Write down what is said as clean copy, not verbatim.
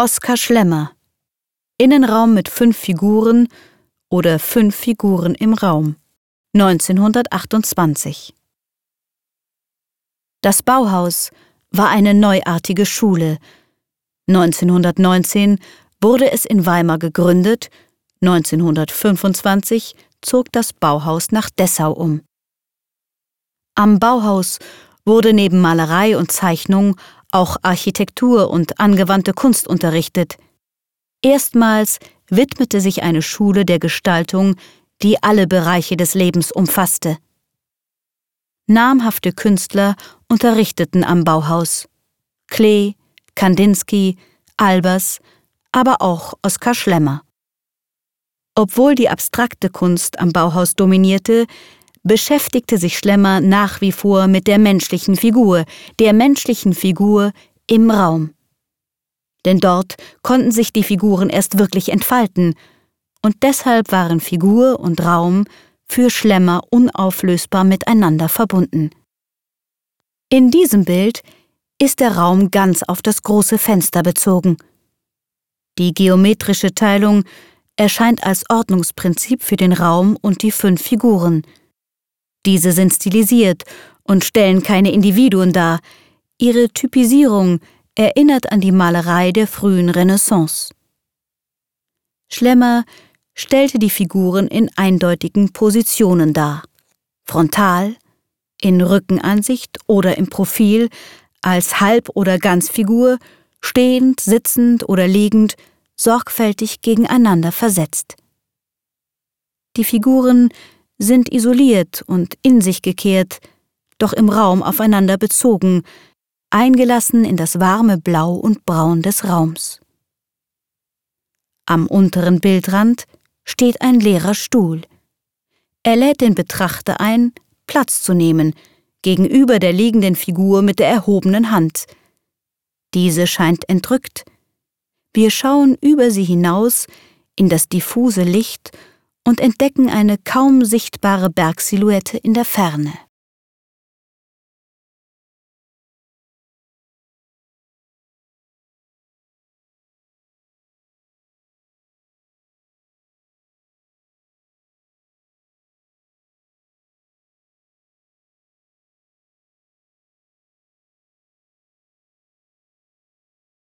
Oskar Schlemmer. Innenraum mit 5 Figuren oder 5 Figuren im Raum. 1928. Das Bauhaus war eine neuartige Schule. 1919 wurde es in Weimar gegründet, 1925 zog das Bauhaus nach Dessau um. Am Bauhaus wurde neben Malerei und Zeichnung auch Architektur und angewandte Kunst unterrichtet. Erstmals widmete sich eine Schule der Gestaltung, die alle Bereiche des Lebens umfasste. Namhafte Künstler unterrichteten am Bauhaus: Klee, Kandinsky, Albers, aber auch Oskar Schlemmer. Obwohl die abstrakte Kunst am Bauhaus dominierte, beschäftigte sich Schlemmer nach wie vor mit der menschlichen Figur im Raum. Denn dort konnten sich die Figuren erst wirklich entfalten, und deshalb waren Figur und Raum für Schlemmer unauflösbar miteinander verbunden. In diesem Bild ist der Raum ganz auf das große Fenster bezogen. Die geometrische Teilung erscheint als Ordnungsprinzip für den Raum und die 5 Figuren. Diese sind stilisiert und stellen keine Individuen dar. Ihre Typisierung erinnert an die Malerei der frühen Renaissance. Schlemmer stellte die Figuren in eindeutigen Positionen dar: frontal, in Rückenansicht oder im Profil, als Halb- oder Ganzfigur, stehend, sitzend oder liegend, sorgfältig gegeneinander versetzt. Die Figuren sind isoliert und in sich gekehrt, doch im Raum aufeinander bezogen, eingelassen in das warme Blau und Braun des Raums. Am unteren Bildrand steht ein leerer Stuhl. Er lädt den Betrachter ein, Platz zu nehmen, gegenüber der liegenden Figur mit der erhobenen Hand. Diese scheint entrückt. Wir schauen über sie hinaus in das diffuse Licht und entdecken eine kaum sichtbare Bergsilhouette in der Ferne.